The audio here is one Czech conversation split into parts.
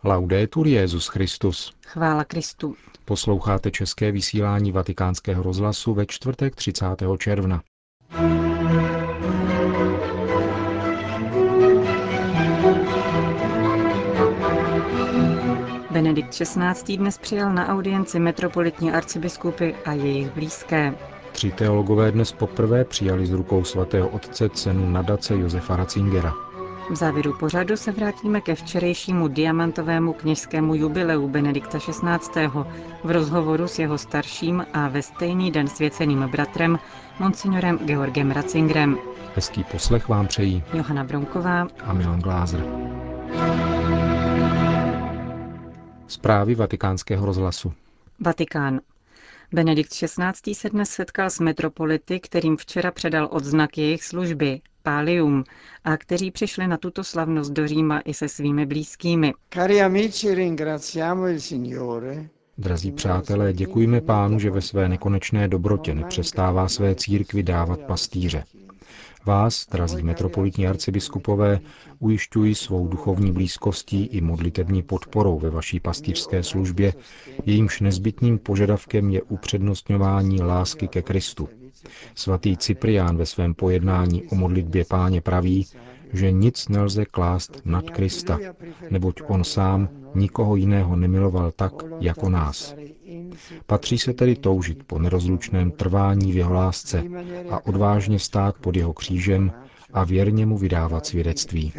Laudetur Jesus Christus. Chvála Kristu. Posloucháte české vysílání Vatikánského rozhlasu ve čtvrtek 30. června. Benedikt XVI. Dnes přijal na audienci metropolitní arcibiskupy a jejich blízké. 3 teologové dnes poprvé přijali z rukou svatého otce cenu nadace Josefa Ratzingera. V závěru pořadu se vrátíme ke včerejšímu diamantovému kněžskému jubileu Benedikta XVI. V rozhovoru s jeho starším a ve stejný den svěceným bratrem, monsignorem Georgem Ratzingerem. Hezký poslech vám přejí Johana Bronková a Milan Glázer. Zprávy Vatikánského rozhlasu. Vatikán. Benedikt XVI. Se dnes setkal s metropolity, kterým včera předal odznak jejich služby, Pallium, a kteří přišli na tuto slavnost do Říma i se svými blízkými. Drazí přátelé, děkujme Pánu, že ve své nekonečné dobrotě nepřestává své církvi dávat pastýře. Vás, drazí metropolitní arcibiskupové, ujišťuji svou duchovní blízkostí i modlitební podporou ve vaší pastýřské službě, jejímž nezbytným požadavkem je upřednostňování lásky ke Kristu. Svatý Cyprián ve svém pojednání o modlitbě Páně praví, že nic nelze klást nad Krista, neboť on sám nikoho jiného nemiloval tak, jako nás. Patří se tedy toužit po nerozlučném trvání v jeho lásce a odvážně stát pod jeho křížem a věrně mu vydávat svědectví.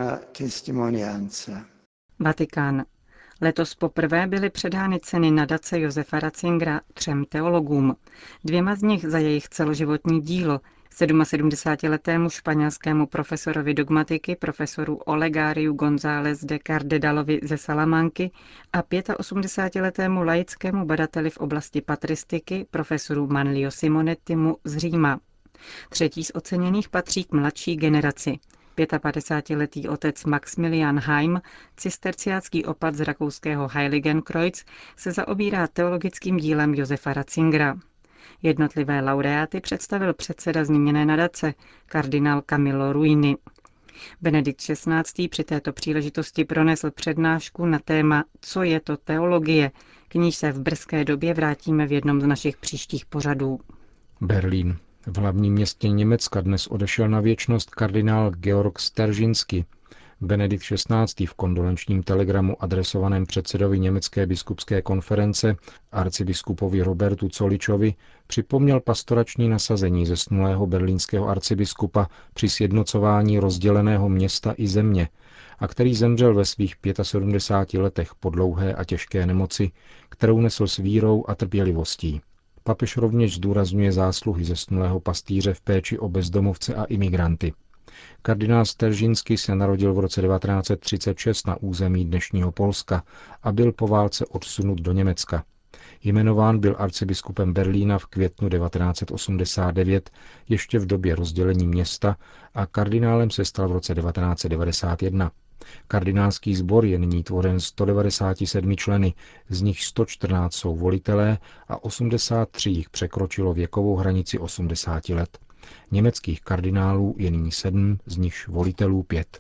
Vatikán. Letos poprvé byly předány ceny nadace Josefa Ratzingera 3 teologům, 2 z nich za jejich celoživotní dílo, 77letému španělskému profesorovi dogmatiky, profesoru Olegáriu González de Cardedalovi ze Salamanky a 85letému laickému badateli v oblasti patristiky, profesoru Manlio Simonettimu z Říma. Třetí z oceněných patří k mladší generaci. 55letý otec Maximilian Heim, cisterciácký opat z rakouského Heiligenkreuz, se zaobírá teologickým dílem Josefa Ratzingera. Jednotlivé laureáty představil předseda zmíněné nadace, kardinál Camillo Ruini. Benedikt XVI. Při této příležitosti pronesl přednášku na téma Co je to teologie, k níž se v brzké době vrátíme v jednom z našich příštích pořadů. Berlín. V hlavním městě Německa dnes odešel na věčnost kardinál Georg Steržinský. Benedikt XVI. V kondolenčním telegramu adresovaném předsedovi Německé biskupské konference arcibiskupovi Robertu Zoličovi připomněl pastorační nasazení zesnulého berlínského arcibiskupa při sjednocování rozděleného města i země, a který zemřel ve svých 75 letech po dlouhé a těžké nemoci, kterou nesl s vírou a trpělivostí. Papež rovněž zdůrazňuje zásluhy zesnulého pastýře v péči o bezdomovce a imigranty. Kardinál Steržinský se narodil v roce 1936 na území dnešního Polska a byl po válce odsunut do Německa. Jmenován byl arcibiskupem Berlína v květnu 1989, ještě v době rozdělení města, a kardinálem se stal v roce 1991. Kardinálský sbor je nyní tvořen 197 členy, z nich 114 jsou volitelé a 83 jich překročilo věkovou hranici 80 let. Německých kardinálů je nyní 7, z nichž volitelů 5.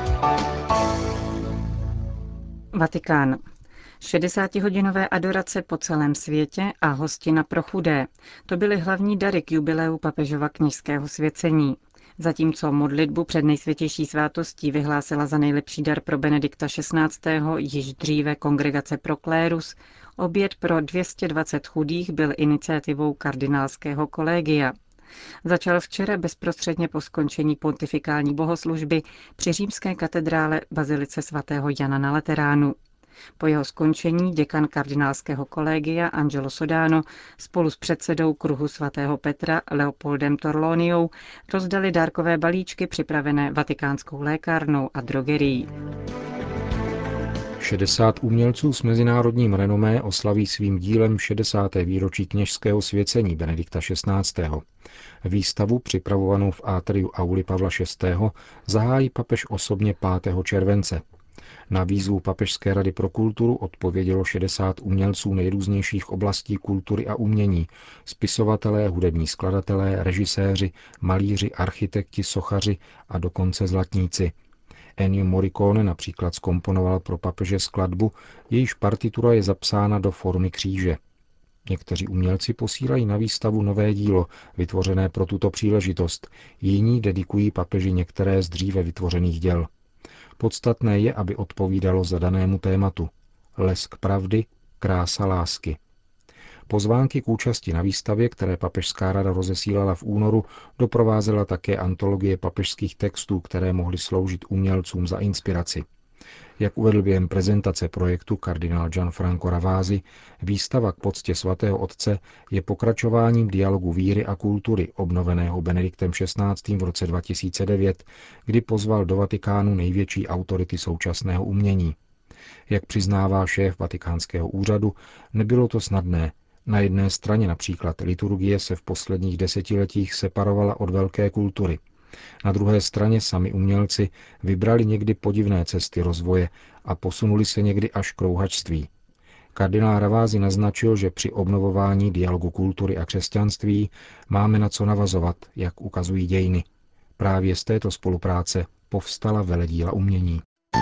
Vatikán. 60hodinové adorace po celém světě a hostina pro chudé. To byly hlavní dary k jubileu papežova kněžského svěcení. Zatímco modlitbu před nejsvětější svátostí vyhlásila za nejlepší dar pro Benedikta XVI. Již dříve Kongregace pro klérus, oběd pro 220 chudých byl iniciativou kardinálského kolegia. Začal včera bezprostředně po skončení pontifikální bohoslužby při římské katedrále Bazilice svatého Jana na Lateránu. Po jeho skončení děkan kardinálského kolegia Angelo Sodano spolu s předsedou kruhu svatého Petra Leopoldem Torloniou rozdali dárkové balíčky připravené Vatikánskou lékárnou a drogerií. 60 umělců s mezinárodním renomé oslaví svým dílem 60. výročí kněžského svěcení Benedikta XVI. Výstavu, připravovanou v atriu auly Pavla VI., zahájí papež osobně 5. července. Na výzvu Papežské rady pro kulturu odpovědělo 60 umělců nejrůznějších oblastí kultury a umění, spisovatelé, hudební skladatelé, režiséři, malíři, architekti, sochaři a dokonce zlatníci. Ennio Morricone například zkomponoval pro papeže skladbu, jejíž partitura je zapsána do formy kříže. Někteří umělci posílají na výstavu nové dílo, vytvořené pro tuto příležitost, jiní dedikují papeži některé z dříve vytvořených děl. Podstatné je, aby odpovídalo zadanému tématu. Lesk pravdy, krása lásky. Pozvánky k účasti na výstavě, které papežská rada rozesílala v únoru, doprovázela také antologie papežských textů, které mohly sloužit umělcům za inspiraci. Jak uvedl během prezentace projektu kardinál Gianfranco Ravasi, výstava k poctě svatého otce je pokračováním dialogu víry a kultury obnoveného Benediktem XVI. V roce 2009, kdy pozval do Vatikánu největší autority současného umění. Jak přiznává šéf vatikánského úřadu, nebylo to snadné. Na jedné straně například liturgie se v posledních desetiletích separovala od velké kultury. Na druhé straně sami umělci vybrali někdy podivné cesty rozvoje a posunuli se někdy až k rouhačství. Kardinál Ravasi naznačil, že při obnovování dialogu kultury a křesťanství máme na co navazovat, jak ukazují dějiny. Právě z této spolupráce povstala veledíla umění.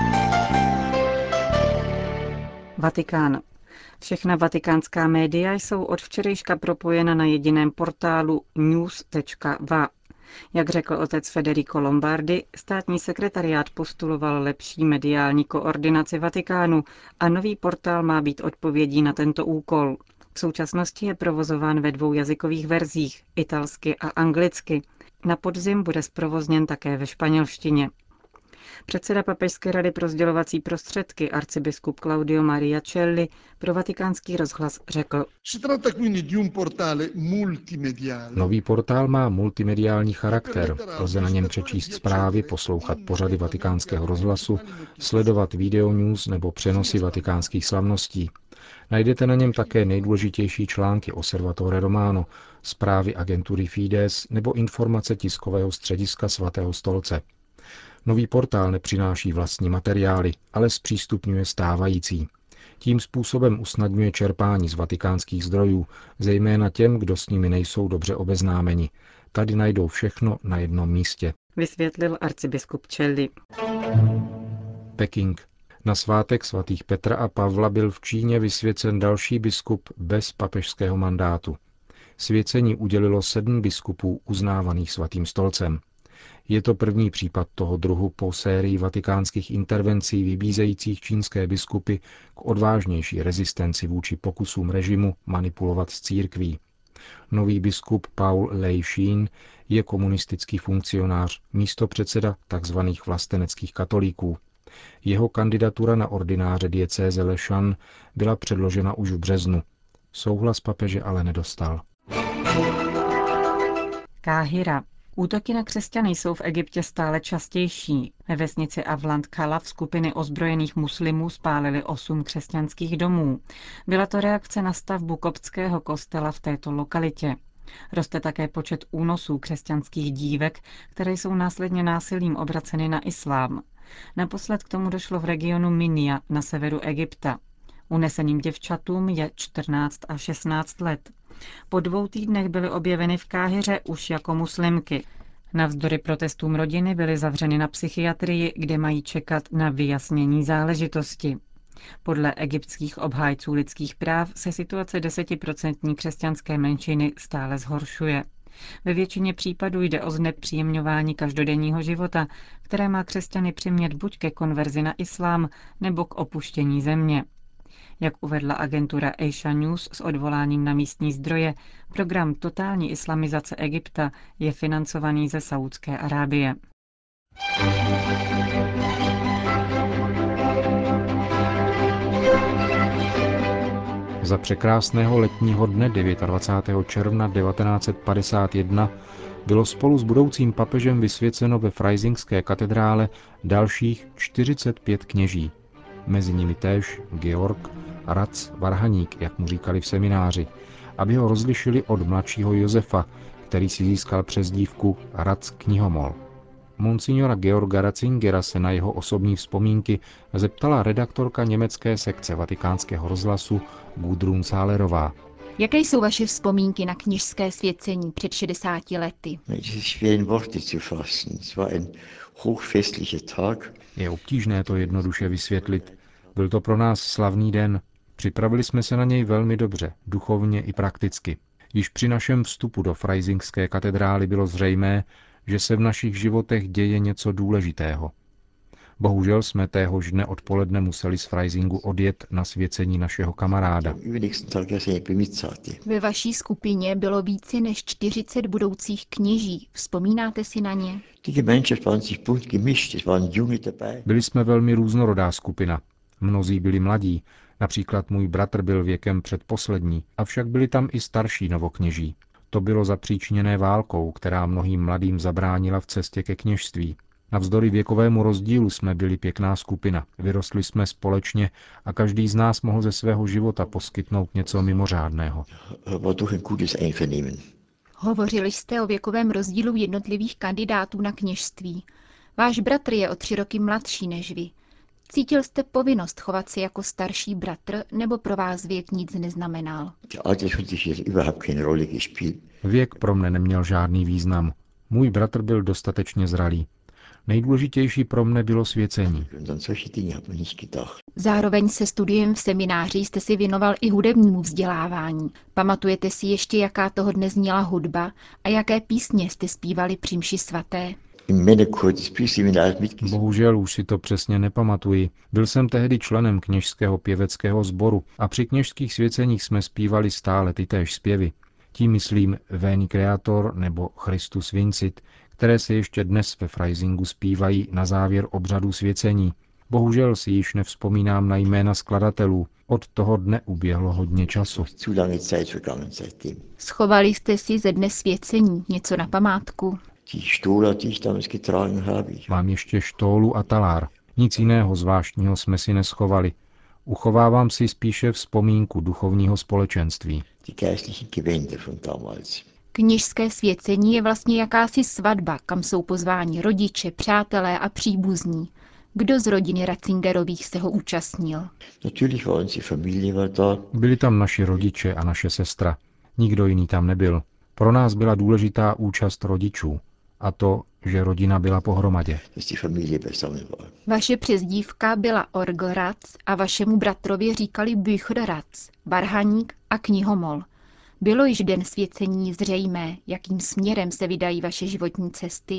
Vatikán. Všechna vatikánská média jsou od včerejška propojena na jediném portálu news.va. Jak řekl otec Federico Lombardi, státní sekretariát postuloval lepší mediální koordinaci Vatikánu a nový portál má být odpovědí na tento úkol. V současnosti je provozován ve 2 jazykových verzích, italsky a anglicky. Na podzim bude zprovozněn také ve španělštině. Předseda Papežské rady pro sdělovací prostředky arcibiskup Claudio Maria Celli pro Vatikánský rozhlas řekl: Nový portál má multimediální charakter, lze na něm přečíst zprávy, poslouchat pořady Vatikánského rozhlasu, sledovat videonews nebo přenosy vatikánských slavností. Najdete na něm také nejdůležitější články Osservatore Romano, zprávy agentury Fides nebo informace tiskového střediska Svatého stolce. Nový portál nepřináší vlastní materiály, ale zpřístupňuje stávající. Tím způsobem usnadňuje čerpání z vatikánských zdrojů, zejména těm, kdo s nimi nejsou dobře obeznámeni. Tady najdou všechno na jednom místě, vysvětlil arcibiskup Celli. Peking. Na svátek svatých Petra a Pavla byl v Číně vysvěcen další biskup bez papežského mandátu. Svěcení udělilo 7 biskupů uznávaných Svatým stolcem. Je to první případ toho druhu po sérii vatikánských intervencí vybízejících čínské biskupy k odvážnější rezistenci vůči pokusům režimu manipulovat s církví. Nový biskup Paul Lei Xin je komunistický funkcionář, místopředseda tzv. Vlasteneckých katolíků. Jeho kandidatura na ordináře diecéze Leshan byla předložena už v březnu. Souhlas papeže ale nedostal. Káhira. Útoky na křesťany jsou v Egyptě stále častější. Ve vesnici Avland Khalaf skupiny ozbrojených muslimů spálily 8 křesťanských domů. Byla to reakce na stavbu koptského kostela v této lokalitě. Roste také počet únosů křesťanských dívek, které jsou následně násilím obraceny na islám. Naposled k tomu došlo v regionu Minya na severu Egypta. Uneseným děvčatům je 14 a 16 let. Po 2 týdnech byly objeveny v Káhiře už jako muslimky. Navzdory protestům rodiny byly zavřeny na psychiatrii, kde mají čekat na vyjasnění záležitosti. Podle egyptských obhájců lidských práv se situace 10% křesťanské menšiny stále zhoršuje. Ve většině případů jde o znepříjemňování každodenního života, které má křesťany přimět buď ke konverzi na islám, nebo k opuštění země. Jak uvedla agentura Asia News s odvoláním na místní zdroje, program totální islamizace Egypta je financovaný ze Saúdské Arábie. Za překrásného letního dne 29. června 1951 bylo spolu s budoucím papežem vysvěceno ve Freisingské katedrále dalších 45 kněží. Mezi nimi též Georg Ratz Varhaník, jak mu říkali v semináři, aby ho rozlišili od mladšího Josefa, který si získal přezdívku Ratz knihomol. Monsignora Georga Ratzingera se na jeho osobní vzpomínky zeptala redaktorka německé sekce Vatikánského rozhlasu Gudrun Sálerová. Jaké jsou vaše vzpomínky na kněžské svěcení před 60 lety? Je obtížné to jednoduše vysvětlit. Byl to pro nás slavný den. Připravili jsme se na něj velmi dobře, duchovně i prakticky. Již při našem vstupu do Freisingské katedrály bylo zřejmé, že se v našich životech děje něco důležitého. Bohužel jsme téhož dne odpoledne museli z Freisingu odjet na svěcení našeho kamaráda. Ve vaší skupině bylo více než 40 budoucích kněží. Vzpomínáte si na ně? Byli jsme velmi různorodá skupina. Mnozí byli mladí, například můj bratr byl věkem předposlední, avšak byli tam i starší novokněží. To bylo zapříčiněné válkou, která mnohým mladým zabránila v cestě ke kněžství. Navzdory věkovému rozdílu jsme byli pěkná skupina, vyrostli jsme společně a každý z nás mohl ze svého života poskytnout něco mimořádného. Hovořili jste o věkovém rozdílu jednotlivých kandidátů na kněžství. Váš bratr je o 3 roky mladší než vy. Cítil jste povinnost chovat se jako starší bratr, nebo pro vás věk nic neznamenal? Věk pro mne neměl žádný význam. Můj bratr byl dostatečně zralý. Nejdůležitější pro mne bylo svěcení. Zároveň se studiem v semináři jste si věnoval i hudebnímu vzdělávání. Pamatujete si ještě, jaká toho dne zněla hudba a jaké písně jste zpívali při mši svaté? Bohužel už si to přesně nepamatuji. Byl jsem tehdy členem kněžského pěveckého sboru a při kněžských svěceních jsme zpívali stále tytéž zpěvy. Tím myslím Veni Creator nebo Christus Vincit, které se ještě dnes ve Freisingu zpívají na závěr obřadu svěcení. Bohužel si již nevzpomínám na jména skladatelů. Od toho dne uběhlo hodně času. Schovali jste si ze dne svěcení něco na památku? Mám ještě štólu a talár. Nic jiného zvláštního jsme si neschovali. Uchovávám si spíše vzpomínku duchovního společenství. Kněžské svěcení je vlastně jakási svatba, kam jsou pozváni rodiče, přátelé a příbuzní. Kdo z rodiny Ratzingerových se ho účastnil? Byli tam naši rodiče a naše sestra. Nikdo jiný tam nebyl. Pro nás byla důležitá účast rodičů. A to, že rodina byla pohromadě. Vaše přezdívka byla Orgelratz a vašemu bratrovi říkali Bücherratz, varhaník a knihomol. Bylo již den svěcení zřejmé, jakým směrem se vydají vaše životní cesty?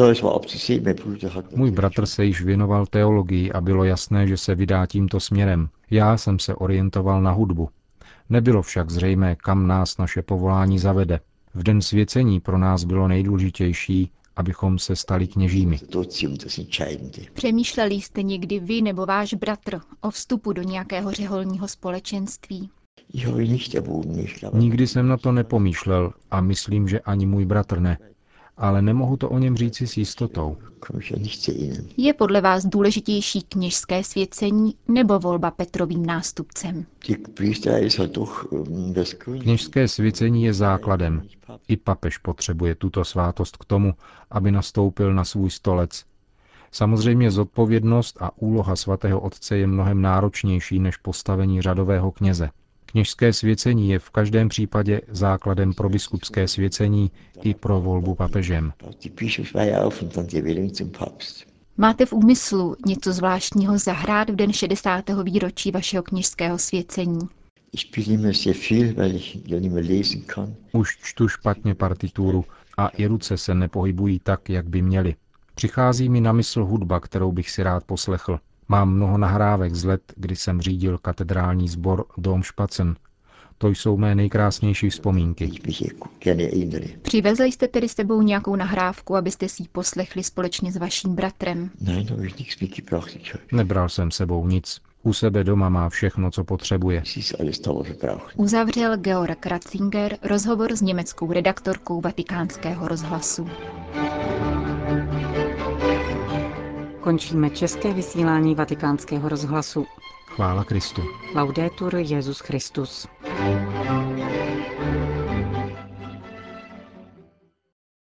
Můj bratr se již věnoval teologii a bylo jasné, že se vydá tímto směrem. Já jsem se orientoval na hudbu. Nebylo však zřejmé, kam nás naše povolání zavede. V den svěcení pro nás bylo nejdůležitější, abychom se stali kněžími. Přemýšleli jste někdy vy nebo váš bratr o vstupu do nějakého řeholního společenství? Nikdy jsem na to nepomýšlel a myslím, že ani můj bratr ne. Ale nemohu to o něm říci s jistotou. Je podle vás důležitější kněžské svěcení nebo volba Petrovým nástupcem? Kněžské svěcení je základem. I papež potřebuje tuto svátost k tomu, aby nastoupil na svůj stolec. Samozřejmě zodpovědnost a úloha svatého otce je mnohem náročnější než postavení řadového kněze. Kněžské svěcení je v každém případě základem pro biskupské svěcení i pro volbu papežem. Máte v úmyslu něco zvláštního zahrát v den 60. výročí vašeho kněžského svěcení? Už čtu špatně partituru a i ruce se nepohybují tak, jak by měly. Přichází mi na mysl hudba, kterou bych si rád poslechl. Mám mnoho nahrávek z let, kdy jsem řídil katedrální sbor Domspatzen. To jsou mé nejkrásnější vzpomínky. Přivezli jste tedy s sebou nějakou nahrávku, abyste si ji poslechli společně s vaším bratrem? Nebral jsem sebou nic. U sebe doma má všechno, co potřebuje. Uzavřel Georg Ratzinger rozhovor s německou redaktorkou Vatikánského rozhlasu. Končíme české vysílání Vatikánského rozhlasu. Chvála Kristu. Laudetur Jesus Christus.